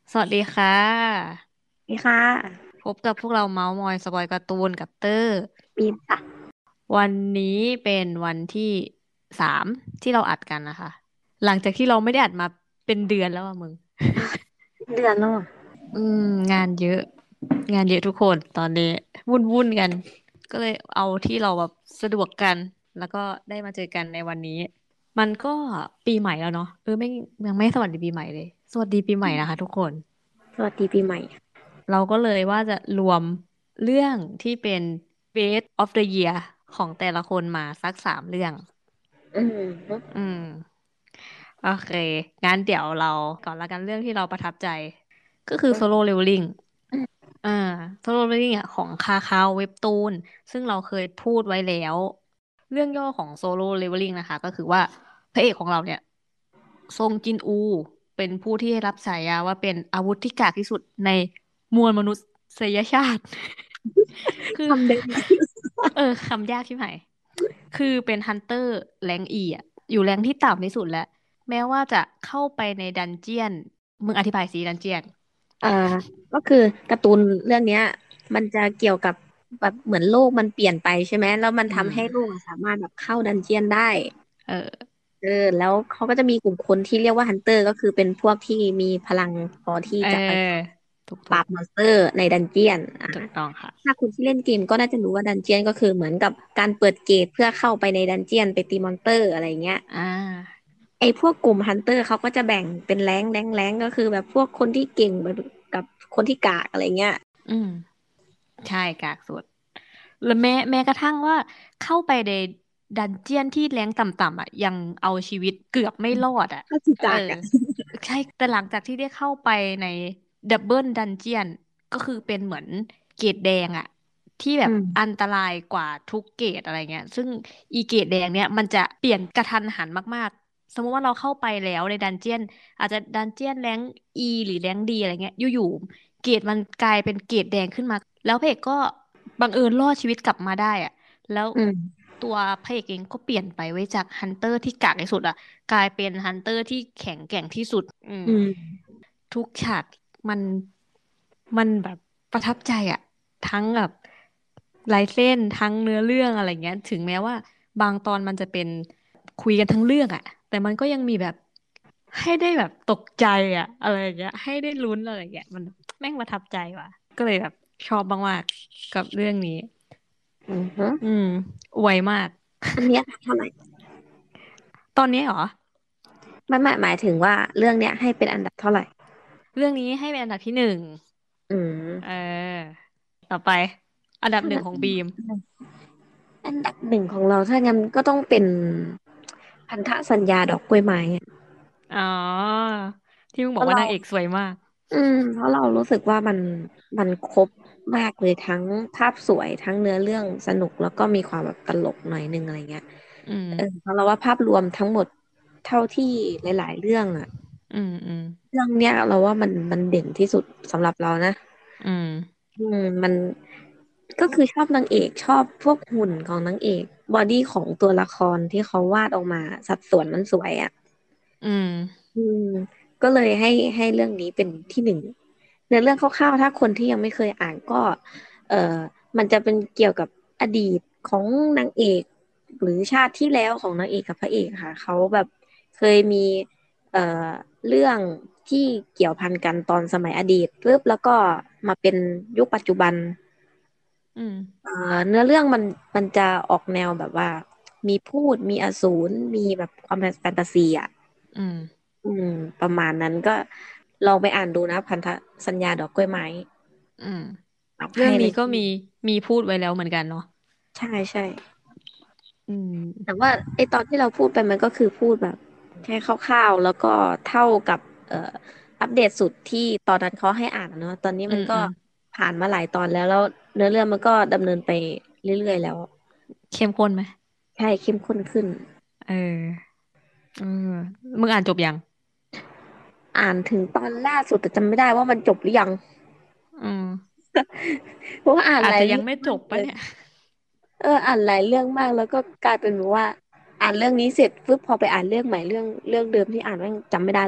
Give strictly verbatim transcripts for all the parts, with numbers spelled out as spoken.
สวัสดีค่ะนี่ค่ะพบกับพวกเราเมาส์มอยสปอยการ์ตูนกับเตอร์ปีมค่ะวันนี้เป็นวันที่สามที่เราอัดกันนะคะหลังจากที่เราไม่ได้อัดมาเป็นเดือนแล้วอะมึงเดือนแล้วเหรออืมงานเยอะงานเยอะทุกคนตอนนี้วุ่นวุ่นกันก็เลยเอาที่เราแบบสะดวกกันแล้วก็ได้มาเจอกันในวันนี้มันก็ปีใหม่แล้วเนาะเออไม่ยังไม่สวัสดีปีใหม่เลยสวัสดีปีใหม่นะคะทุกคนสวัสดีปีใหม่เราก็เลยว่าจะรวมเรื่องที่เป็น Best of the Year ของแต่ละคนมาสักสามเรื่องอืมอืมโอเคงั้นเดี๋ยวเราก่อนละกันเรื่องที่เราประทับใจก็คืออืม Solo Leveling อืมอ่า Solo Leveling อ่ะของคาคาวเว็บตูนซึ่งเราเคยพูดไว้แล้วเรื่องย่อของ Solo Leveling นะคะก็คือว่าพระเอกของเราเนี่ยซงจินอูเป็นผู้ที่ได้รับฉายาว่าเป็นอาวุธที่กากที่สุดในมวลมนุษยชาติ คือทำได้ไหมเออคำยากใช่ไหมคือเป็นฮันเตอร์แรงอีอ่ะอยู่แรงที่ต่ำที่สุดแล้วแม้ว่าจะเข้าไปในดันเจียนมึงอธิบายสิดันเจียนอ่าก็คือการ์ตูนเรื่องเนี้ยมันจะเกี่ยวกับแบบเหมือนโลกมันเปลี่ยนไปใช่ไหมแล้วมันอืมทำให้โลกอะสามารถแบบเข้าดันเจียนได้เออเออแล้วเขาก็จะมีกลุ่มคนที่เรียกว่าฮันเตอร์ก็คือเป็นพวกที่มีพลังพอที่เจะไปออถูกถูกปราบมอนสเตอร์ในดันเจียนอ่าถูกต้องค่ะถ้าคุณที่เล่นเกมก็น่าจะรู้ว่าดันเจียนก็คือเหมือนกับการเปิดเกตเพื่อเข้าไปในดันเจียนไปตีมอนสเตอร์อะไรเงี้ยอ่าไอ้พวกกลุ่มฮันเตอร์เขาก็จะแบ่งเป็นแรงค์แรงค์แรงค์ก็คือแบบพวกคนที่เก่งแบบกับคนที่กากอะไรเงี้ยอืมใช่กากสุดแล้วแม้แม้กระทั่งว่าเข้าไปในดันเจียนที่แรงต่ำๆอ่ะยังเอาชีวิตเกือบไม่รอดอ่ะก็คือเออกากอ่ะใช่แต่หลังจากที่ได้เข้าไปในดับเบิลดันเจียนก็คือเป็นเหมือนเกรดแดงอ่ะที่แบบอืมอันตรายกว่าทุกเกรดอะไรเงี้ยซึ่งอีเกรดแดงเนี้ยมันจะเปลี่ยนกระทันหันมากๆสมมติว่าเราเข้าไปแล้วในดันเจียนอาจจะดันเจียนแรงอีหรือแรงดีอะไรเงี้ยอยู่ๆ เกรดมันกลายเป็นเกรดแดงขึ้นมาแล้วพระเอกก็บังเอิญรอดชีวิตกลับมาได้อะแล้วอืมตัวพระเอกเองก็เปลี่ยนไปไว้จากฮันเตอร์ที่กากที่สุดอะกลายเป็นฮันเตอร์ที่แข็งแกร่งที่สุดอืมอืมทุกฉากมันมันแบบประทับใจอะทั้งแบบลายเส้นทั้งเนื้อเรื่องอะไรเงี้ยถึงแม้ว่าบางตอนมันจะเป็นคุยกันทั้งเรื่องอะแต่มันก็ยังมีแบบให้ได้แบบตกใจอะอะไรอย่างเงี้ยให้ได้ลุ้นอะไรอย่างเงี้ยมัน แม่งประทับใจว่ะก็เลยแบบชอบมากๆกับเรื่องนี้อืมฮึอืมอวยมากอันเนี้ยเท่าไหร่ตอนนี้เหรอไม่หมายหมายถึงว่าเรื่องเนี้ยให้เป็นอันดับเท่าไหร่เรื่องนี้ให้เป็นอันดับที่หนึ่งอืเมออต่อไปอันดับหนึ่งถ้างั้นของบีมอันดับหนึ่งของเราถ้างั้นก็ต้องเป็นพันธสัญญาดอกกล้วยไม้อะอ๋อที่มึงเพราะเราบอกว่านางเอกสวยมากอืมเพราะเรารู้สึกว่ามันมันครบมากเลยทั้งภาพสวยทั้งเนื้อเรื่องสนุกแล้วก็มีความแบบตลกหน่อยนึงอะไรเงี้ยอืมเออเพราะเราว่าภาพรวมทั้งหมดเท่าที่หลายๆเรื่องอะอืมอืมเรื่องเนี้ยเราว่ามันมันเด่นที่สุดสำหรับเรานะอืมอืมมันก็คือชอบนางเอกชอบพวกหุ่นของนางเอกบอดี้ของตัวละครที่เขาวาดออกมาสัดส่วนมันสวยอ่ะอืมอืมก็เลยให้ให้เรื่องนี้เป็นที่หนึ่งในเรื่องคร่าวๆถ้าคนที่ยังไม่เคยอ่านก็เออมันจะเป็นเกี่ยวกับอดีตของนางเอกหรือชาติที่แล้วของนางเอกกับพระเอกค่ะเขาแบบเคยมีเอ่อเรื่องที่เกี่ยวพันกันตอนสมัยอดีตปุ๊บแล้วก็มาเป็นยุคปัจจุบันอืมเอ่อเนื้อเรื่องมันมันจะออกแนวแบบว่ามีพูดมีอสูรมีแบบความแฟนตาซีอ่ะอืมอืมประมาณนั้นก็ลองไปอ่านดูนะพันธสัญญาดอกกล้วยไม้อืมเอาเรื่องให้เลยนี้ก็มีมีพูดไว้แล้วเหมือนกันเนาะใช่ใช่อืแต่มว่าไอตอนที่เราพูดไปมันก็คือพูดแบบแค่คร่าวๆแล้วก็เท่ากับเอ่ออัปเดตสุดที่ตอนนั้นเขาให้อ่านอะเนาะตอนนี้มันก็อืมอืมผ่านมาหลายตอนแล้วแล้วเนื้อเรื่องมันก็ดำเนินไปเรื่อยๆแล้วเข้มข้นไหมใช่เข้มข้นขึ้นเออเออมึงอ่านจบยังอ่านถึงตอนล่าสุดแต่จำไม่ได้ว่ามันจบหรือยังอืมเพราะว่าอ่านอาจหลายเรื่องจะยังไม่จมากเลยบปะเนี่ยเอออ่านหลายเรื่องมากแล้วก็กลายเป็นว่าอ่านเรื่องนี้เสร็จปุ๊บพอไปอ่านเรื่องใหม่เรื่องเรื่องเดิมที่อ่านแม่งจำไม่ได้ละ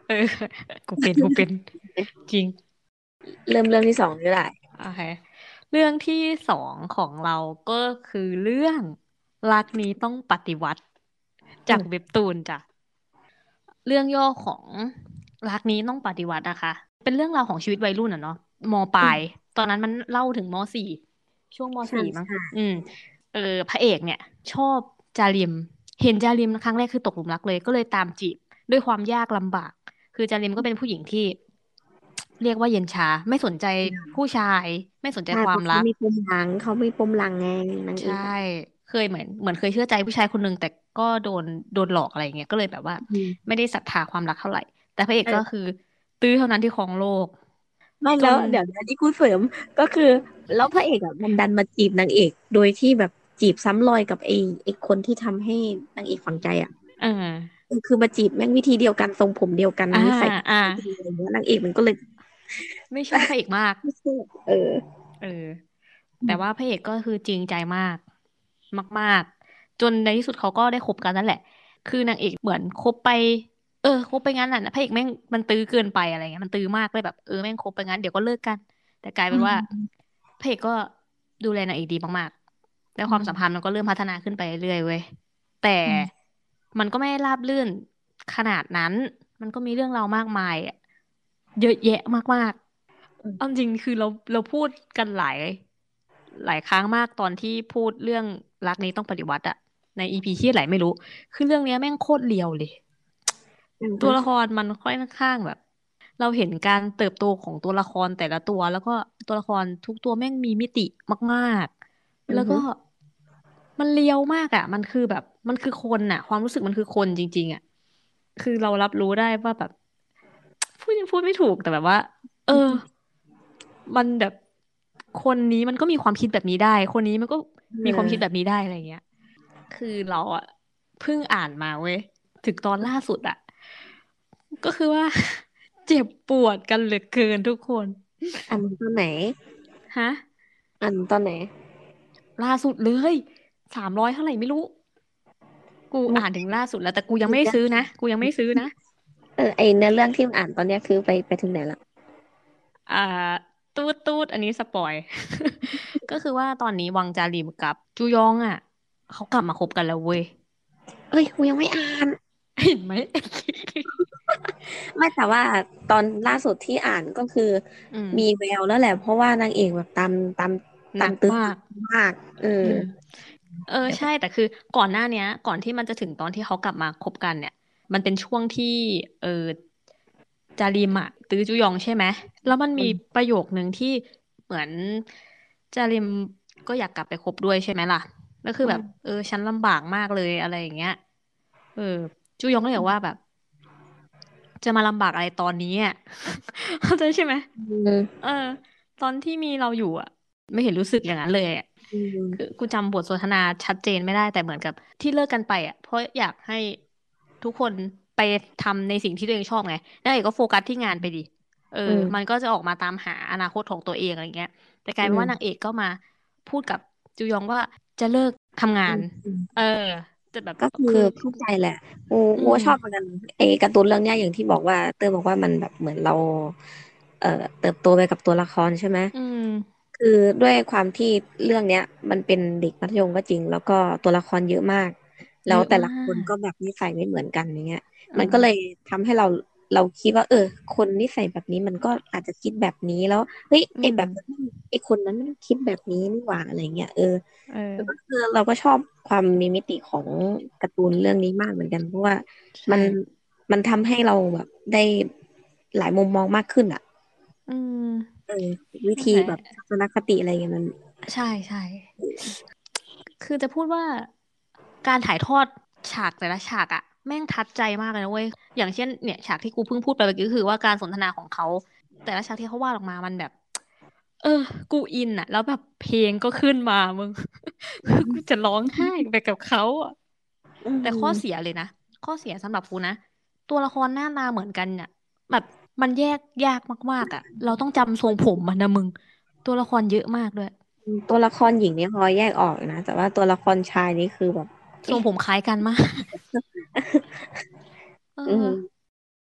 เออกูเป็นกูเป็นจริงเริ่มเรื่องที่สองก็ได้โอเคเรื่องที่สองของเราก็คือเรื่องรักนี้ต้องปฏิวัติจากเว็บอืมตูนจ้ะ เรื่องย่อของรักนี้ต้องปฏิวัตินะคะเป็นเรื่องราวของชีวิตวัยรุ่นอ่ะเนาะมปลายอืมตอนนั้นมันเล่าถึงมสี่ช่วงมใช่สี่มั้งใช่อืมเออพระเอกเนี่ยชอบจาริมเห็นจาริมครั้งแรกคือตกหลุมรักเลยก็เลยตามจีบด้วยความยากลำบากคือจาริมก็เป็นผู้หญิงที่เรียกว่าเย็นชาไม่สนใจผู้ชายไม่สนใจใช่ความรักเพราะเขามีปมหลังเขามีปมหลังไงนางเอใช่กอ่ะเคยเหมือนเหมือนเคยเชื่อใจผู้ชายคนหนึ่งแต่ก็โดนโดนหลอกอะไรเงี้ยก็เลยแบบว่าอืมไม่ได้ศรัทธาความรักเท่าไหร่แต่พระเอกเออก็คือตื้อเท่านั้นที่ครองโลกไม่แล้วจนเดี๋ยวนะที่กูเสริมก็คือแล้วพระเอกอ่ะมันดันมาจีบนางเอกโดยที่แบบจีบซ้ำรอยกับไอ้ไอ้คนที่ทำให้นางเอกฝังใจอ่ะเออเออคือมาจีบแม่งวิธีเดียวกันทรงผมเดียวกันอ่านิสัยอ่าดีอะไรเงี้ยนางเอกมันก็เลยไม่ชอบพระเอกมากไม่ใช่เออเออแต่ว่าพระเอกก็คือจริงใจมากมากๆจนในที่สุดเขาก็ได้คบกันนั่นแหละคือนางเอกเหมือนคบไปเออคบไปงั้นน่ะพระเอกแม่งมันตื้อเกินไปอะไรเงี้ยมันตื้อมากเลยแบบเออแม่งคบไปงั้นเดี๋ยวก็เลิกกันแต่กลายอืเป็นว่ามพระเอกก็ดูแลนางเอกดีมากๆแล้วอืความสัมพันธ์มมันก็เริ่มพัฒนาขึ้นไปเรื่อยๆเว้ยแต่อืมมันก็ไม่ได้ราบรื่นขนาดนั้นมันก็มีเรื่องราวมากมายอะเยอะแยะมากอืมๆเอาจริงคือเราเราพูดกันหลาย หลายครั้งมากตอนที่พูดเรื่องรักนี้ต้องปฏิวัติอะในอีพีที่ไหนไม่รู้คือเรื่องเนี้ยแม่งโคตรเรียวเลยอืตัวละคมรมันค่อนข้างแบบเราเห็นการเติบโตของตัวละครแต่ละตัวแล้วก็ตัวละครทุกตัวแม่งมีมิติมากๆแล้วก็อืมมันเรียวมากอะมันคือแบบมันคือคนอะความรู้สึกมันคือคนจริงๆอะคือเรารับรู้ได้ว่าแบบพูดยังพูดไม่ถูกแต่แบบว่าเออ มันแบบคนนี้มันก็มีความคิดแบบนี้ได้คนนี้มันก็เอมีความคิดแบบอนี้ได้อะไรเงี้ยคือเราอะเพิ่งอ่านมาเว้ยถึงตอนล่าสุดอะก็คือว่าเจ็บปวดกันเหลือเกินทุกคนอันตอนไหนฮะอันตอนไหนล่าสุดเลยสามร้อยเท่าไหร่ไม่รู้กูมุกอ่านถึงล่าสุดแล้วแต่กูยังอีกเรื่องไม่ซื้อนะกูยังไม่ซื้อนะเออไอเนื้อเรื่องที่มึงอ่านตอนเนี้ยคือไปไปถึงไหนละอ่าตูดตูดอันนี้สปอยก็คือว่าตอนนี้วังจารีมกับจูยองอ่ะเขากลับมาคบกันแล้วเว้ยเอ้ยกูยังไม่อ่านเห็นไหมไม่แต่ว่าตอนล่าสุดที่อ่านก็คืออืมมีแววแล้วแหละเพราะว่านางเอกแบบตามตามหนักตามตื้อมากมากเอออืมเออใช่แต่คือก่อนหน้าเนี้ยก่อนที่มันจะถึงตอนที่เขากลับมาคบกันเนี่ยมันเป็นช่วงที่เออจาริมอะตื้อจุยองใช่ไหมแล้วมันมีประโยคนึงที่เหมือนจาริมก็อยากกลับไปคบด้วยใช่ไหมล่ะแล้วคือแบบอืมเออฉันลำบากมากเลยอะไรอย่างเงี้ยเออจุยองก็เลยบอกว่าแบบจะมาลำบากอะไรตอนนี้อ่ะเข้าใจใช่ไหมอืมเออตอนที่มีเราอยู่อ่ะไม่เห็นรู้สึกอย่างนั้นเลยอ่ะอืคือมกูจำบทสนทนาชัดเจนไม่ได้แต่เหมือนกับที่เลิกกันไปอ่ะเพราะอยากให้ทุกคนไปทำในสิ่งที่ตัวเองชอบไงนางเอกก็โฟกัสที่งานไปดิเอออืมมันก็จะออกมาตามหาอนาคตของตัวเองอะไรเงี้ยแต่กลายเป็นว่านางอืมเอกก็มาพูดกับจูยองว่าจะเลิกทำงานอืมอืมเออจะแบบก็คือคือเข้าใจแหละโอ้อืโอ้มชอบเหมือนกันไอ้การ์ตูนเรื่องเนี้ยอย่างที่บอกว่าเตอร์บอกว่ามันแบบเหมือนเราเอ่อเติบโตไปกับตัวละครใช่ไหมอืมคือด้วยความที่เรื่องเนี้ยมันเป็นเด็กมัธยมก็จริงแล้วก็ตัวละครเยอะมากแล้วเยอะมาแต่ละคนกก็แบบนิสัยไม่เหมือนกันอย่างเงี้ยเออมันก็เลยทำให้เราเราคิดว่าเออคนนิสัยแบบนี้มันก็อาจจะคิดแบบนี้แล้วเฮ้ยอืมไอ้แบบนั้นไอ้คนนั้นมันคิดแบบนี้นี่หว่าอะไรเงี้ยเออเออแล้วก็คือเราก็ชอบความมีมิติของการ์ตูนเรื่องนี้มากเหมือนกันเพราะว่าใช่มันมันทำให้เราแบบได้หลายมุมมองมากขึ้นอ่ะอืมเออวินั่นแหละธีแบบทัศนคติอะไรอย่างเงี้ยมันใช่ใช่คือจะพูดว่าการถ่ายทอดฉากแต่ละฉากอะแม่งทัดใจมากเลยนะเว้ยอย่างเช่นเนี่ยฉากที่กูเพิ่งพูดไปเมื่อกี้ก็คือว่าการสนทนาของเขาแต่ละฉากที่เขาวาดออกมามันแบบเออกูอินอะแล้วแบบเพลงก็ขึ้นมามึงคือกูจะร้องไห้ไปกับเขาอะอืแต่ข้อเสียมเลยนะข้อเสียสำหรับกูนะตัวละครหน้าตาเหมือนกันเนี่ยแบบมันแยกยากมากๆอะเราต้องจำทรงผมมันนะมึงตัวละครเยอะมากด้วยตัวละครหญิงเนี่ยพอแยกออกนะแต่ว่าตัวละครชายนี่คือแบบเอ๊ะทรงผมคล้ายกันมาก เออืมอ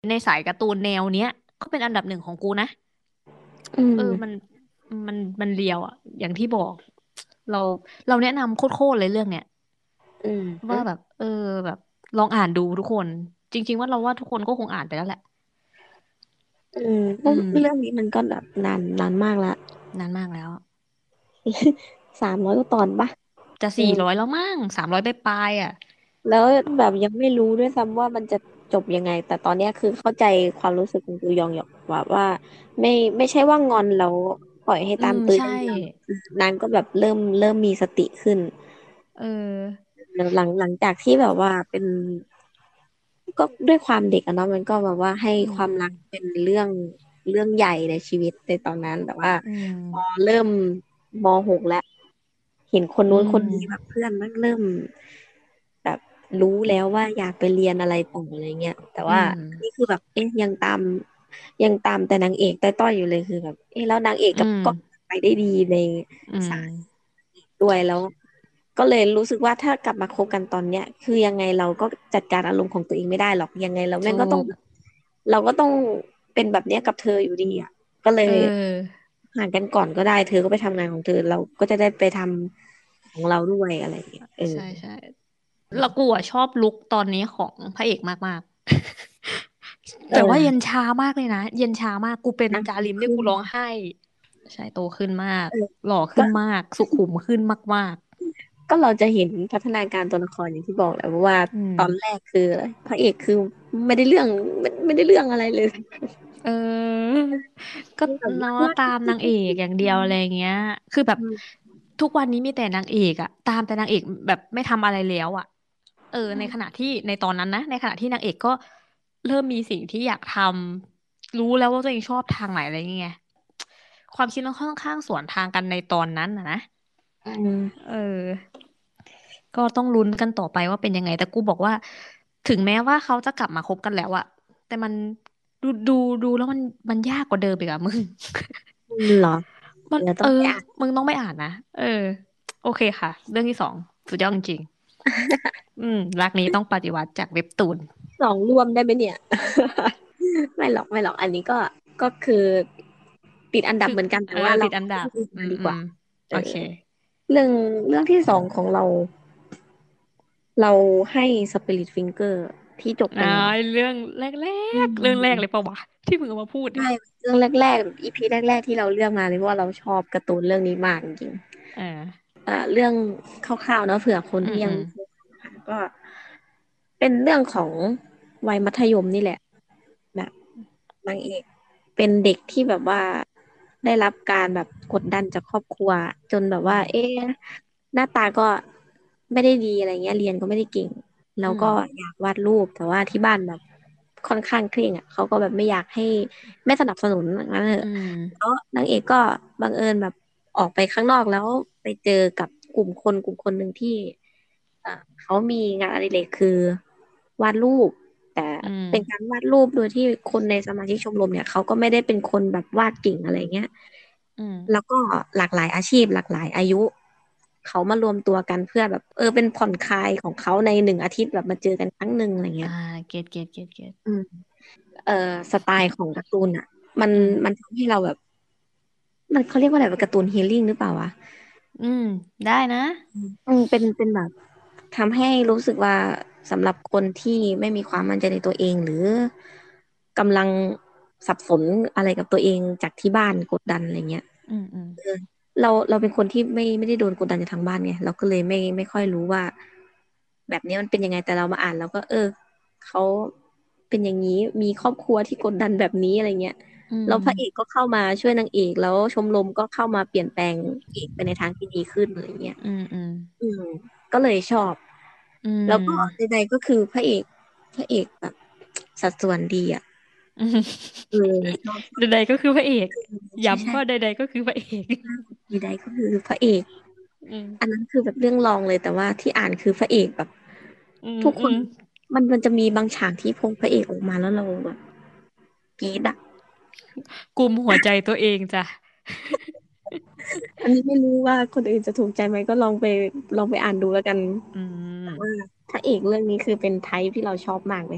ในสายการ์ตูนแนวเนี้ยก็เป็นอันดับหนึ่งของกูนะอืเออมันมมันมันเรียวอ่ะอย่างที่บอกเราเราแนะนำโคตรๆเลยเรื่องเนี้ยอืมว่าแบบเออแบบลองอ่านดูทุกคนจริงๆว่าเราว่าทุกคนก็คงอ่านไปแล้วแหละอืมอืเรื่องมเรื่องนี้มันก็แบบนานนานมากละนานมากแล้วสามร้อยกว่าตอนปะจะเออสี่ร้อยแล้วมั้งสามร้อยไปปลายๆอ่ะแล้วแบบยังไม่รู้ด้วยซ้ำว่ามันจะจบยังไงแต่ตอนเนี้ยคือเข้าใจความรู้สึกของตูยองหยกว่าว่าไม่ไม่ใช่ว่างอนแล้วปล่อยให้อืมตามตื้ออใช่ย่างเดียวนางก็แบบเริ่มเริ่มมีสติขึ้นเออหลังหลังหลังจากที่แบบว่าเป็นก็ด้วยความเด็กอะเนาะมันก็แบบว่าให้อืความรักมเป็นเรื่องเรื่องใหญ่ในชีวิตในตอนนั้นแต่ว่าอืมพอเริ่มมหกแล้ว เห็นคนอืนู้นคนนี้แบบมเพื่อนมันเริ่มแบบรู้แล้วว่าอยากไปเรียนอะไรต่ออะไรเงี้ยแต่ว่าอืมอันนี้คือแบบเอ๊ยยังตามยังตามแต่นางเอกต้อยๆอยู่เลยคือแบบเอ๊ะแล้วนางเอกอืมกับก็ไปได้ดีในอืมสายด้วยแล้วก็เลยรู้สึกว่าถ้ากลับมาคบกันตอนเนี้ยคือยังไงเราก็จัดการอารมณ์ของตัวเองไม่ได้หรอกยังไงเราแม่งถูก็ต้องกเราก็ต้องเป็นแบบเนี้ยกับเธออยู่ดีอ่ะก็เลเอยอห่างกันก่อนก็ได้เธอก็ไปทำงานของเธอเราก็จะได้ไปทำของเราด้วยอะไรอย่างเงี้ยเออใช่ใช่แล้วกูอ่ะชอบลุคตอนนี้ของพระเอกมากๆเแต่ว่าเย็นออช้ามากเลยนะเย็นช้ามากกูเป็นนักจาริมด้วยขึ้นกูร้องไห้ใช่โตขึ้นมากเออหล่อขึ้ก็นมากสุขุมขึ้นมากก็เราจะเห็นพัฒนาการตัวละครอย่างที่บอกแหละเพราะว่าๆอืมตอนแรกคือพระเอกคือไม่ได้เรื่องไม่ไม่ได้เรื่องอะไรเลยเออก็แบบเนาะว่าตามนางเอกอย่างเดียวอะไรอย่างเงี้ยคือแบบอืมทุกวันนี้มีแต่นางเอกอะตามแต่นางเอกแบบไม่ทำอะไรแล้วอะเออในขณะที่ในตอนนั้นนะในขณะที่นางเอกก็เริ่มมีสิ่งที่อยากทำรู้แล้วว่าตัวเองชอบทางไหนอะไรอย่างเงี้ยความคิดมันค่อนข้างสวนทางกันในตอนนั้นนะนะอืมเออก็ต้องลุ้นกันต่อไปว่าเป็นยังไงแต่กูบอกว่าถึงแม้ว่าเขาจะกลับมาคบกันแล้วอะแต่มันดูดูดูแล้วมันมันยากกว่าเดิมอีกอะมึงอืมเหรอมันเดี๋ยวเออต้องไปอ่านมึงต้องไม่อ่านนะเออโอเคค่ะเรื่องที่สองสุดยอดจริงๆอืมรักนี้ต้องปฏิวัติจากเว็บตูนสองรวมได้ไหมเนี่ยไม่หรอกไม่หรอกอันนี้ก็ก็คือติดอันดับคือเหมือนกันเออแต่ว่าเราติดอันดับเอาเรื่องอื่นอืมอืมมาดีกว่าเออโอเคเรื่องเรื่องที่สองของเราเราให้สปิริตฟิงเกอร์ที่จบไปอ่าแล้วเรื่องแรอืกๆเรื่องแรกเลยมปะวะที่มึงเอามาพูดเนี่ยใช่เรื่องแรกๆอีพีแรกๆที่เราเลือกมาเลยเพราะว่าเราชอบการ์ตูนเรื่องนี้มากจริงอ่าๆอ่าเรื่องคร่าวๆเนาะเผื่อคนที่ยังอืมอืมไม่เคยอ่านก็เป็นเรื่องของวัยมัธยมนี่แหละแบบนางเอกเป็นเด็กที่แบบว่าได้รับการแบบกดดันจากครอบครัวจนแบบอืมว่าเอ๊ะหน้าตาก็ไม่ได้ดีอะไรเงี้ยเรียนก็ไม่ได้เก่ง แล้วก็อืมอยากวาดรูปแต่ว่าที่บ้านแบบค่อนข้างเคร่งอ่ะเขาก็แบบไม่อยากให้ไม่สนับสนุนงั้นเถอะอืมแล้วนางเอกก็บังเอิญแบบออกไปข้างนอกแล้วไปเจอกับกลุ่มคนกลุ่มคนหนึ่งที่เอ่อเขามีงานอดิเรกคือวาดรูปแต่อืมเป็นการวาดรูปโดยที่คนในสมาชิกชมรมเนี่ยเขาก็ไม่ได้เป็นคนแบบวาดเก่งอะไรเงี้ยอืมแล้วก็หลากหลายอาชีพหลากหลายอายุเขามารวมตัวกันเพื่อแบบเออเป็นผ่อนคลายของเขาในหนึ่งอาทิตย์แบบมาเจอกันครั้งหนึ่งอะไรอ่าเงี้ยเก็ตเก็ตเก็ตเก็ตอืมเออสไตล์ของการ์ตูนอ่ะมันอืมมันทำให้เราแบบมันเขาเรียกว่าอะไรว่าการ์ตูนฮีลิ่งหรือเปล่าวะอืมได้นะอืมเป็นเป็นแบบทำให้รู้สึกว่าสำหรับคนที่ไม่มีความมั่นใจในตัวเองหรือกำลังสับสนอะไรกับตัวเองจากที่บ้านกดดันอะไรเงี้ยอืมอืมเออเราเราเป็นคนที่ไม่ไม่ได้โดนกดดันจากทางบ้านไงเราก็เลยไม่ไม่ค่อยรู้ว่าแบบนี้มันเป็นยังไงแต่เรามาอ่านแล้วก็เออเขาเป็นอย่างนี้มีครอบครัวที่กดดันแบบนี้อะไรเงี้ยอืแล้วพระเอกมก็เข้ามาช่วยนางเอกแล้วชมรมก็เข้ามาเปลี่ยนแปลงเอกไปในทางที่ดีขึ้นอะไรเงี้ยอืมอืมอืมก็เลยชอบอืแล้วก็ใมดๆก็คือพระเอกพระเอกแบบสัดส่วนดีอ่ะอืมเออชอบใดๆก็คือพระเอกใช่ใช่ย้ำว่าใดๆก็คือพระเอกใดๆก็คือพระเอกอืมอันนั้นคือแบบเรื่องรองเลยแต่ว่าที่อ่านคือพระเอกแบบอืมทุกคนอืมมันมันจะมีบางฉากที่พงพระเอกออกมาแล้วเราแบบกรี๊ดอะกุมหัวใจตัวเองจ้ะอันนี้ไม่รู้ว่าคนอื่นจะถูกใจไหมก็ลองไปลองไปอ่านดูแล้วกันอืแต่ว่ามพระเอกเรื่องนี้คือเป็นไทป์ที่เราชอบมากเลย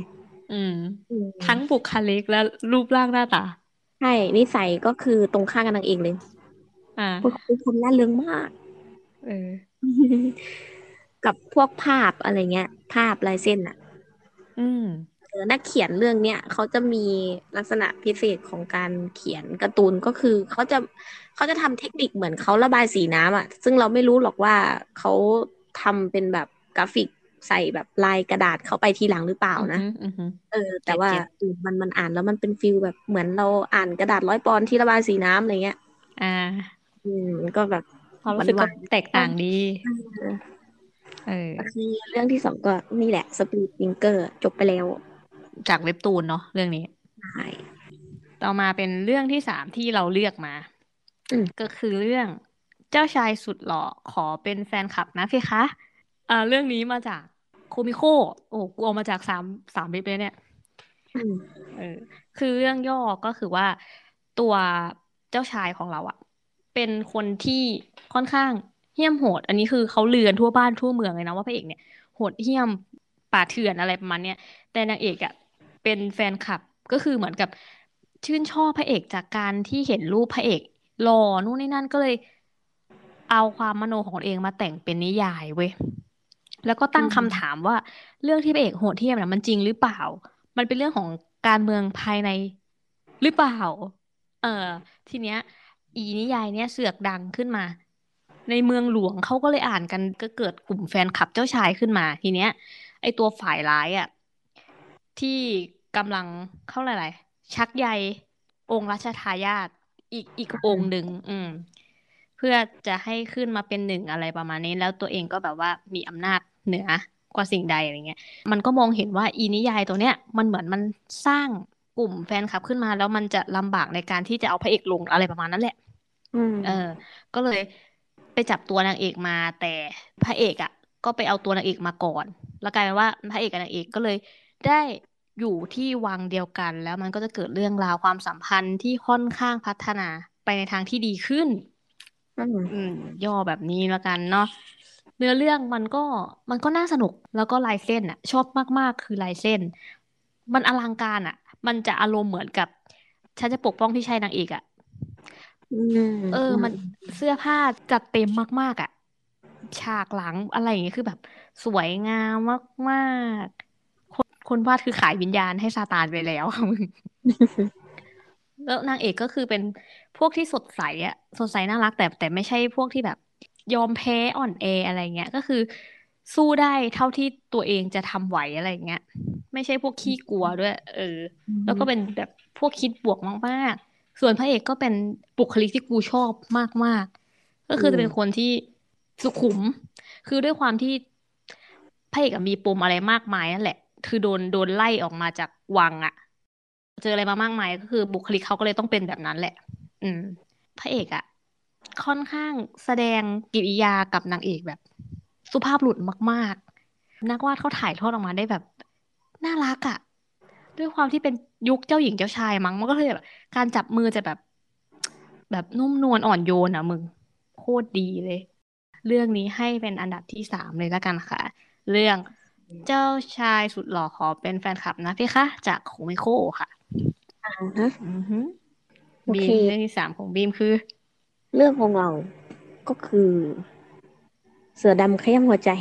อืมอืทั้งบุมคลิกและรูปร่างหน้าตาใช่นิสัยก็คือตรงข้ามกันนางเอกเลยอ่าเป็นเป็นคนร่าเริงมากเออกับพวกภาพอะไรเงี้ยภาพลายเส้นอ่ะอืมเออนักเขียนเรื่องเนี้ยเขาจะมีลักษณะพิเศษของการเขียนการ์ตูนก็คือเขาจะเขาจะทำเทคนิคเหมือนเขาระบายสีน้ำอ่ะซึ่งเราไม่รู้หรอกว่าเขาทำเป็นแบบกราฟิกใส่แบบลายกระดาษเข้าไปทีหลังหรือเปล่านะอือฮึอือฮึเออแต่ว่าเก็ตเก็ตเออมันมันอ่านแล้วมันเป็นฟิลแบบเหมือนเราอ่านกระดาษร้อยปอนด์ที่ระบายสีน้ำอะไรเงี้ยอ่าอืมก็แบบความรู้สึกก็หวานแตกๆก็ต่างดีเออเออก็คือเรื่องที่สองก็นี่แหละสปีดวิงเกอร์จบไปแล้วจากเว็บตูนเนาะเรื่องนี้ใช่ต่อมาเป็นเรื่องที่สามที่เราเลือกมาอืมก็คือเรื่องเจ้าชายสุดหล่อขอเป็นแฟนคลับนะเพคะอ่าเรื่องนี้มาจากโคมิโคโอ้กูเอามาจากสามสามเว็บเลยเนี่ยอืมเออคือเรื่องย่อก็คือว่าตัวเจ้าชายของเราอะเป็นคนที่ค่อนข้างเหี้ยมโหดอันนี้คือเขาเลือนทั่วบ้านทั่วเมืองเลยนะว่าพระเอกเนี่ยโหดเหี้ยมป่าเถื่อนอะไรประมาณเนี้ยแต่นางเอกอะเป็นแฟนคลับก็คือเหมือนกับชื่นชอบพระเอกจากการที่เห็นรูปพระเอกหล่อนู่นนี่นั่นก็เลยเอาความมโนของตัวเองมาแต่งเป็นนิยายเว้ยแล้วก็อืตั้งคำถามมว่าเรื่องที่พระเอกโหดเหี้ยมน่ะมันจริงหรือเปล่า มันเป็นเรื่องของการเมืองภายในหรือเปล่าเออทีเนี้ยอีนิยายเนี้ยเสือกดังขึ้นมาในเมืองหลวงเขาก็เลยอ่านกันก็เกิดกลุ่มแฟนคลับเจ้าชายขึ้นมาทีเนี้ยไอตัวฝ่ายร้ายอ่ะที่กำลังเข้าอะไรๆชักใยองค์รัชทายาทอีกอีกองค์หนึ่งอืมเพื่อจะให้ขึ้นมาเป็นหนึ่งอะไรประมาณนี้แล้วตัวเองก็แบบว่ามีอำนาจเหนือกว่าสิ่งใดอะไรเงี้ย มันก็มองเห็นว่าอีนิยายตัวเนี้ยมันเหมือนมันสร้างกลุ่มแฟนคลับขึ้นมาแล้วมันจะลำบากในการที่จะเอาพระเอกลงอะไรประมาณนั้นแหละอืมเออก็เลยไปจับตัวนางเอกมาแต่พระเอกอ่ะก็ไปเอาตัวนางเอกมาก่อนแล้วกลายเป็นว่าพระเอกกับนางเอกก็เลยได้อยู่ที่วังเดียวกันแล้วมันก็จะเกิดเรื่องราวความสัมพันธ์ที่ค่อนข้างพัฒนาไปในทางที่ดีขึ้นอืมอืมย่อแบบนี้แล้วกันเนาะเนื้อเรื่องมันก็มันก็น่าสนุกแล้วก็ลายเส้นอ่ะชอบมากๆคือลายเส้นมันอลังการอ่ะมันจะอารมณ์เหมือนกับฉันจะปกป้องพี่ชายนางเอกอ่ะอืมเอออืมมันเสื้อผ้าจัดเต็มมากๆอ่ะฉากหลังอะไรอย่างเงี้ยคือแบบสวยงามมากๆคนคนวาดคือขายวิญญาณให้ซาตานไปแล้วอะมึง แล้วนางเอกก็คือเป็นพวกที่สดใสอะสดใสน่ารักแต่แต่ไม่ใช่พวกที่แบบยอมแพ้อ่อนแออะไรเงี้ยก็คือสู้ได้เท่าที่ตัวเองจะทำไหวอะไรเงี้ยไม่ใช่พวกขี้กลัวด้วยเอออืแล้วก็เป็นมแบบพวกคิดบวกมากๆส่วนพระเอกก็เป็นบุคลิกที่กูชอบมากๆก็อืคือจะเป็นคนมที่สุขุมคือด้วยความที่พระเอกอะมีปมอะไรมากมายนั่นแหละคือโดนโดนไล่ออกมาจากวังอะ เจออะไรมามากมายก็คือบุคลิกเขาก็เลยต้องเป็นแบบนั้นแหละอืมพระเอกอะค่อนข้างแสดงกิริยากับนางเอกแบบสุภาพบุรุษมากๆนักวาดเขาถ่ายทอดออกมาได้แบบน่ารักอะด้วยความที่เป็นยุคเจ้าหญิงเจ้าชายมั้งมันก็เลยแบบการจับมือจะแบบแบบนุ่มนวลอ่อนโยนอะมึงโคตรดีเลยเรื่องนี้ให้เป็นอันดับที่สามเลยแล้วกันค่ะเรื่องเจ้าชายสุดหล่อขอเป็นแฟนคลับนะพี่คะจากโคมิโคค่ะอ่าฮะอือฮึโอเคบีมเรื่องที่สามของบีมคือเรื่องของเราก็คือเสือดำขย้ำหัวใจ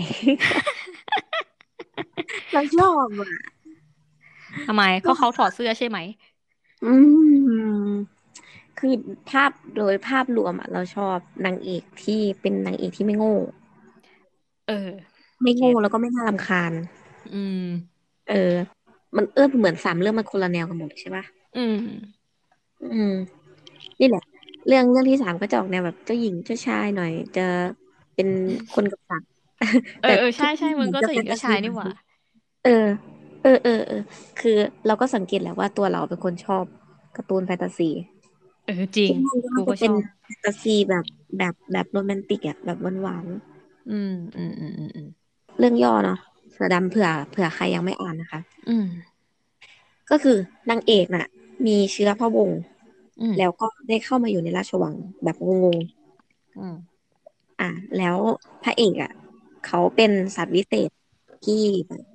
เราชอบอ่ะทำไมเพราะเขาถอดเสื้อใช่ไหมอืมคือภาพโดยภาพรวมอ่ะเราชอบนางเอกที่เป็นนางเอกที่ไม่โง่เออไม่เก็ตโง่แล้วก็ไม่น่ารำคาญอืมเออมันเออเหมือนสามเรื่องมันคนละแนวกันหมดใช่ปะอืมอืม นี่แหละเรื่องเรื่องที่สามก็จะออกแนวแบบเจ้าหญิงเจ้าชายหน่อยจะเป็นคนกับสัตว์เอแต่อเออใช่ทุกที่ใช่มึงเหมือนจะแฟนตาก็เจ้าหญิงเจ้าซีหน่อยชายนี่หว่าเออเออเออเออคือเราก็สังเกตแหละว่าตัวเราเป็นคนชอบการ์ตูนแฟนตาซีเออจริงซึ่งมันก็กูจะเป็นก็ชอบแฟนตาซีแบบแบบแบบโรแมนติกอะแบบหวานอืมอืมอืมอืมอืมๆเรื่องย่อเนาะเสือดำเผื่อเผื่อใครยังไม่อ่านนะคะอืมก็คือนางเอกน่ะมีเชื้อพระวงศ์อืมแล้วก็ได้เข้ามาอยู่ในราชวังแบบงงอืมอ่ะแล้วพระเอกอ่ะเขาเป็นสัตว์วิเศษที่แบบ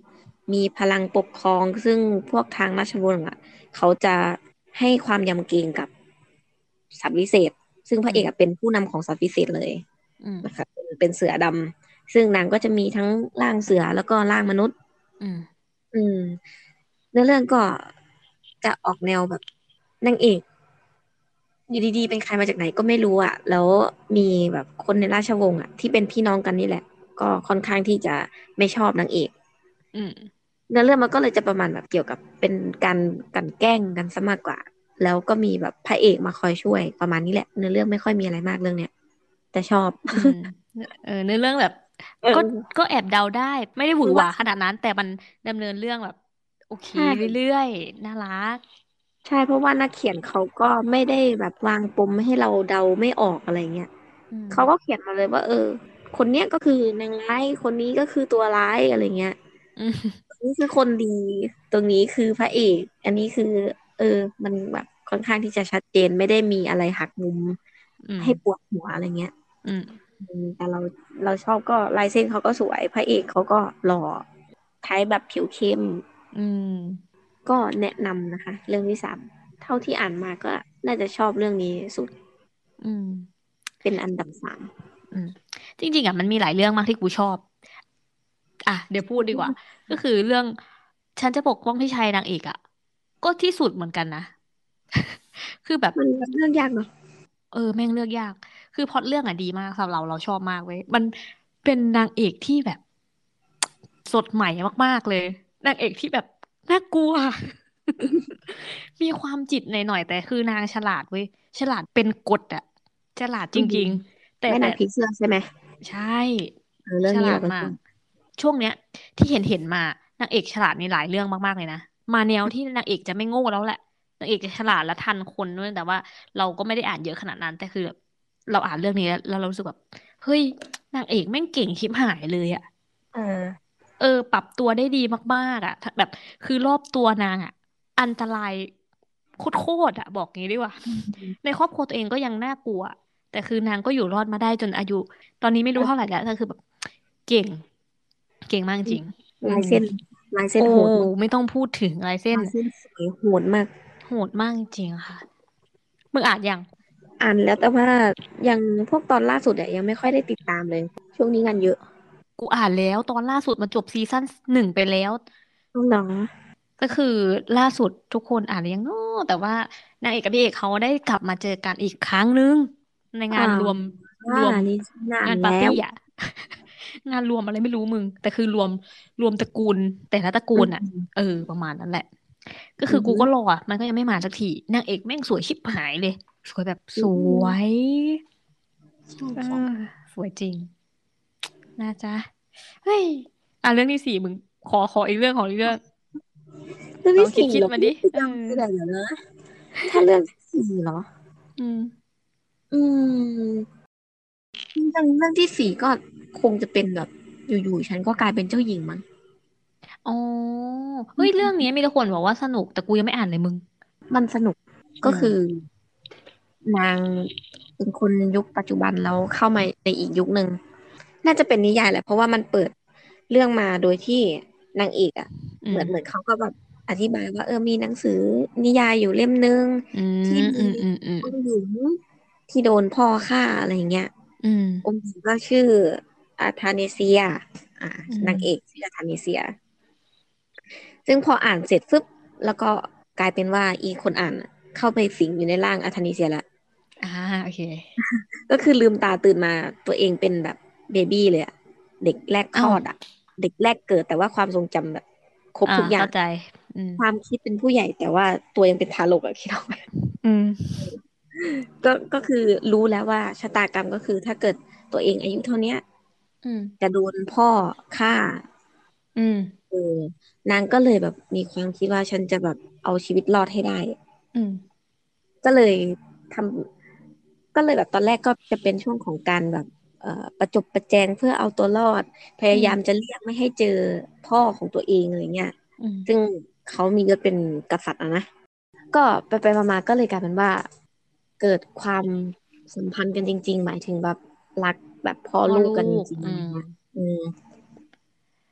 มีพลังปกครองซึ่งพวกทางราชวงศ์อ่ะเขาจะให้ความยำเกรงกับสัตว์วิเศษซึ่งพอืมระเอกอะเป็นผู้นำของสัตว์วิเศษเลยอืมนะคะเป็นเป็นเสือดำซึ่งนางก็จะมีทั้งร่างเสือแล้วก็ร่างมนุษย์อืมอืมเนื้อเรื่องก็จะออกแนวแบบนางเอกอยู่ดีๆเป็นใครมาจากไหนก็ไม่รู้อ่ะแล้วมีแบบคนในราชวงศ์อ่ะที่เป็นพี่น้องกันนี่แหละก็ค่อนข้างที่จะไม่ชอบนางเอกอืมเนื้อเรื่องมันก็เลยจะประมาณแบบเกี่ยวกับเป็นการกลั่นแกล้งกันซะมากกว่าแล้วก็มีแบบพระเอกมาคอยช่วยประมาณนี้แหละเนื้อเรื่องไม่ค่อยมีอะไรมากเรื่องเนี้ยแต่ชอบอืมเออเนื้อเรื่องแบบเออก็ก็แอบเดาได้ไม่ได้หวือหวาคือว่าขนาดนั้นแต่มันดำเนินเรื่องแบบโอเคใช่เรื่อยๆน่ารักใช่เพราะว่านักเขียนเขาก็ไม่ได้แบบวางปมให้เราเดาไม่ออกอะไรเงี้ยอืมเขาก็เขียนมาเลยว่าเออคนเนี้ยก็คือนางร้ายคนนี้ก็คือตัวร้ายอะไรเงี้ยอืมนี่คือคนดีตรงนี้คือพระเอกอันนี้คือเออมันแบบค่อนข้างที่จะชัดเจนไม่ได้มีอะไรหักมุมอืมให้ปวดหัวอะไรเงี้ยอืมอืมแต่เราเราชอบก็ลายเส้นเขาก็สวยพระเอกเขาก็หล่อไทยแบบผิวเข้มอืมก็แนะนำนะคะเรื่องที่สามเท่าที่อ่านมาก็น่าจะชอบเรื่องนี้สุดอืมเป็นอันดับสามอืมจริงๆอ่ะมันมีหลายเรื่องมากที่กูชอบอ่ะเดี๋ยวพูดดีกว่าก็คือเรื่องฉันจะปกป้องพี่ชายนางเอกอ่ะก็ที่สุดเหมือนกันนะคือแบบมันเรื่องยากเนาะเออแม่งเลือกยากคือพล็อตเรื่องอ่ะดีมากสำหรับเราเราชอบมากเว้ยมันเป็นนางเอกที่แบบสดใหม่มากๆเลยนางเอกที่แบบน่ากลัวมีความจิตหน่อยๆแต่คือนางฉลาดเว้ยฉลาดเป็นกฎอะฉลาดจอืมริงๆแต่แต่แม่นางผีเสื้อใช่ไหมใช่เออเรื่อฉงนี้ลาดมากเราก็ชอบช่วงเนี้ยที่เห็นเห็นมานางเอกฉลาดในหลายเรื่องมากๆเลยนะมาแนวที่นางเอกจะไม่โง่แล้วแหละนางเอกจะฉลาดและทันคนด้วยแต่ว่าเราก็ไม่ได้อ่านเยอะขนาดนั้นแต่คือแบบ เราอ่านเรื่องนี้แล้วแล้วเรารู้สึกแบบเฮ้ยนางเอกแม่งเก่งชิบหายเลยอะเออเออปรับตัวได้ดีมากๆอะถ้าแบบคือรอบตัวนางอะอันตรายโคตรๆอะบอกงี้ดีกว่าอืมในครอบครัวตัวเองก็ยังน่ากลัวแต่คือนางก็อยู่รอดมาได้จนอายุตอนนี้ไม่รู้เท่าไหร่แล้วแต่คือแบบเก่งเก่งมากจริงอืมลายเส้นลายเส้โอ้นโหดมากไม่ต้องพูดถึงลายเส้นลายเส้นสวยโหดมากโหดมากจริงๆค่ะมึงอ่านยังอ่านแล้วแต่ว่ายังพวกตอนล่าสุดอะยังไม่ค่อยได้ติดตามเลยช่วงนี้งานเยอะกูอ่านแล้วตอนล่าสุดมันจบซีซั่นหนึ่งไปแล้วต้องเหรอก็คือล่าสุดทุกคนอ่านหรือยังเนาะแต่ว่านางเอกกับพี่เอกเขาได้กลับมาเจอกันอีกครั้งนึงในอ่างานรวมอ่ารวมนี่นานงานปาร์ตี้แล้วอ่ะงานรวมอะไรไม่รู้มึงแต่คือรวมรวมตระกูลแต่ละตระกูอืลอ่ะเอมอประมาณนั้นแหละก็อืคือกูก็รอมอ่ะมันก็ยังไม่มาสักทีนางเอกแม่งสวยชิบหายเลยสวยแบบสอืวยมใช่เออใช่สวยจริงนะจ๊ะเฮ้ยอ่ะเรื่องที่สี่มึงขอขออีกเรื่องขออีกเรื่องเรื่องลองคิดที่สี่คิดมาดิเหรอพี่เออจำไม่ได้เดี๋ยวนะถ้าเรื่องที่สี่เหรออืมอืมเรื่องเรื่องที่สี่ก็คงจะเป็นแบบอยู่ๆฉันก็กลายเป็นเจ้าหญิงมั้งอ๋อเฮ้ยเรื่องนี้มีแต่คนบอกว่าสนุกแต่กูยังไม่อ่านเลยมึงมันสนุกอืมก็คือนางเป็นคนยุคปัจจุบันแล้วเข้ามาในอีกยุคหนึ่งน่าจะเป็นนิยายแหละเพราะว่ามันเปิดเรื่องมาโดยที่นางเอกอ่ะอืมเหมือนเหมือนเขาก็แบบอธิบายว่าเออมีหนังสือนิยายอยู่เล่มนึงอืที่มีมอืมอืมอืมองค์หญิงที่โดนพ่อฆ่าอะไรเงี้ยอืมองค์หญิงก็ชื่ออาธาเนเซียอ่าอืมนางเอกชื่ออาธาเนเซียซึ่งพออ่านเสร็จปุ๊บแล้วก็กลายเป็นว่าอีคนอ่านอะเข้าไปสิงอยู่ในร่างอาธาเนเซียแล้วอ่าโอเคก็คือลืมตาตื่นมาตัวเองเป็นแบบเบบี้เลยอะเด็กแรกคอ้าวลอดอะเด็กแรกเกิดแต่ว่าความทรงจำแบบครบอ่าทุกอย่างเข้าใจอืมความคิดเป็นผู้ใหญ่แต่ว่าตัวยังเป็นทารกอะคิดเอาไหมอืมก็ก็คือรู้แล้วว่าชะตากรรมก็คือถ้าเกิดตัวเองอายุเท่าเนี้ยอืมจะโดนพ่อฆ่าอืมเออนางก็เลยแบบมีความคิดว่าฉันจะแบบเอาชีวิตรอดให้ได้อืมก็เลยทำก็เลยแบบตอนแรกก็จะเป็นช่วงของการแบบเอ่อประจบประแจงเพื่อเอาตัวรอดพอืยายามจะมเรียกไม่ให้เจอพ่อของตัวเองอะไรเงี้ยอืมซึ่งเขามียศเป็นกษัตริย์อะนะก็ไปไปมาๆก็เลยกลายเป็นว่าเกิดความสัมพันธ์กันจริงๆหมายถึงแบบรักแบบพ่อพ่อลูลูกกันจกริงๆอืมอะไรเงี้ยอืม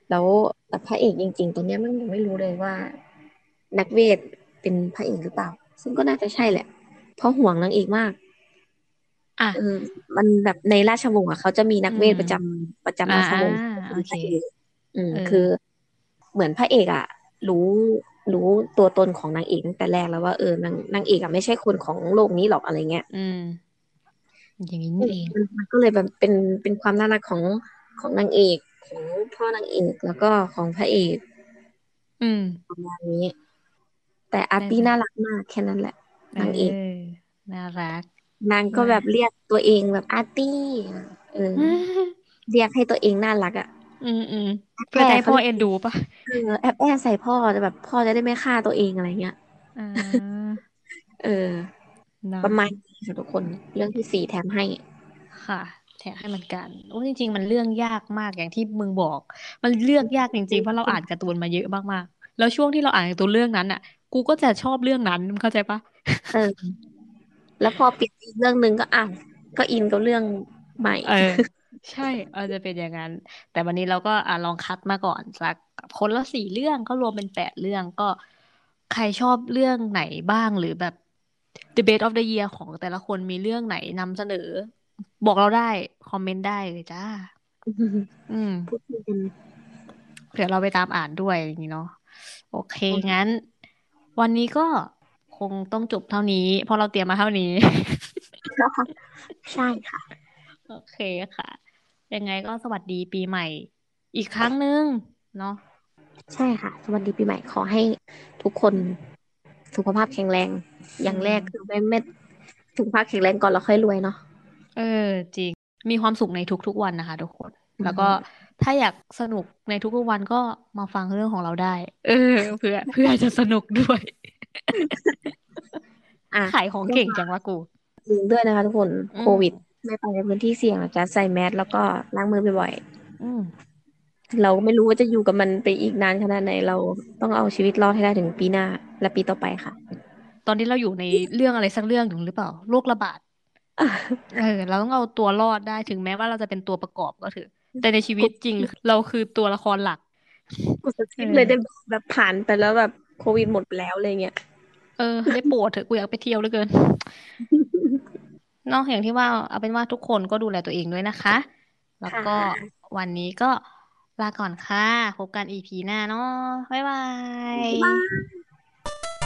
แล้วแต่พระเอกจริงๆตอนเนี้ยมันยังไม่รู้เลยว่านักเวทเป็นพระเอกหรือเปล่าซึ่งก็น่าจะใช่แหละเพราะห่วงนางเอกมากอ่ะเออมันแบบในราชวงศ์อ่ะเขาจะมีนัอืกเวทประจมำประอ่าจำราชอ่าวงศ์เป็โอเคนพระเอกอืมเออคือเหมือนพระเอกอ่ะรู้รู้ตัวตนของนางเอกตั้งแต่แรกแล้วว่าเออนางนางเอกอ่ะไม่ใช่คนของโลกนี้หรอกอะไรเงี้ยอืมอย่างนี้อืมนี่เองมันมันก็เลยแบบเป็นเป็นความน่ารักของของนางเอกของพ่อนางเอกแล้วก็ของพระเอกอืมประมาณนี้แต่อาร์ได้ไหมตี้น่ารักมากแค่นั้นแหละเอนางเอกอน่ารักนางก็มาแบบเรียกตัวเองแบบอาร์ตี้เออ เรียกให้ตัวเองน่ารักอ่ะอืมอืมแอบแอเพื่อจะให้พ่อเขาเรียกเอ็นดูปะเออแอบแอใส่พ่อแต่แบบพ่อจะได้ไม่ฆ่าตัวเองอะไรเงี้ยอ่าเออเนาะประมาณนี้ค่ะทุกคนเรื่องที่สี่แถมให้ค่ะแทนให้มันกันโอ้จริงๆมันเรื่องยากมากอย่างที่มึงบอกมันเลือกยากจริงๆเพราะเราอ่านการ์ตูนมาเยอะมากๆแล้วช่วงที่เราอ่านการ์ตูนเรื่องนั้นอ่ะกูก็จะชอบเรื่องนั้นมึงเข้าใจปะเออแล้วพอเปลี่ยนอีกเรื่องหนึ่งก็อ้าวก็อินกับเรื่องใหม่เออใช่เออจะเป็นอย่างนั้นแต่วันนี้เราก็อ่ะลองคัดมาก่อนสักคนละสี่เรื่องก็รวมเป็นแปดเรื่องก็ใครชอบเรื่องไหนบ้างหรือแบบ The Best of the Year ของแต่ละคนมีเรื่องไหนนำเสนอบอกเราได้คอมเมนต์ได้เลยจ้าอืมพูดคุยกันเดี๋ยวเราไปตามอ่านด้วยอย่างนี้เนาะโอเคงั้นวันนี้ก็คงต้องจบเท่านี้เพราะเราเตรียมมาเท่านี้ใช่ค่ะโอเคค่ะยังไงก็สวัสดีปีใหม่อีกครั้งหนึ่งเนาะใช่ค่ะสวัสดีปีใหม่ขอให้ทุกคนสุขภาพแข็งแรงออืย่างแรมกคือไม่ไม่สุขภาพแข็งแรงก่อนแล้วค่อยรวยเนาะเออจริงมีความสุขในทุกๆวันนะคะทุกคนอืแล้วก็มถ้าอยากสนุกในทุกๆวันก็มาฟังเรื่องของเราได้เออเพื่อเพื่อจะสนุกด้วยอ่ะขายของก็เก่งฝากจังวะกูจริงด้วยนะคะทุกคนอืมโควิดไม่ไปในพื้นที่เสี่ยงนะจ๊ะใส่แมสแล้วก็ล้างมือบ่อยอืมๆเราก็ไม่รู้ว่าจะอยู่กับมันไปอีกนานขนาดไหนเราต้องเอาชีวิตรอดให้ได้ถึงปีหน้าและปีต่อไปค่ะตอนนี้เราอยู่ในเรื่องอะไรสักเรื่องหนึ่งหรือเปล่าโรคระบาดเออเราต้องเอาตัวรอดได้ถึงแม้ว่าเราจะเป็นตัวประกอบก็เถอะแต่ในชีกดวิตจริงเราคือตัวละครหลักกดสเอคิปเลยได้อแบบผ่านไปแล้วแบบโควิดหมดไปแล้วอะไรเงี้ยเออได้โปรดเถอะกูอยากไปเที่ยวเหลือเกินเนอกอย่างที่ว่าเอาเป็นว่าทุกคนก็ดูแลตัวเองด้วยนะคะแล้วค่ก็ะวันนี้ก็ลาก่อนค่ะพบกันอีพีหน้าเนาะบ๊ายบายบ๊ายบาย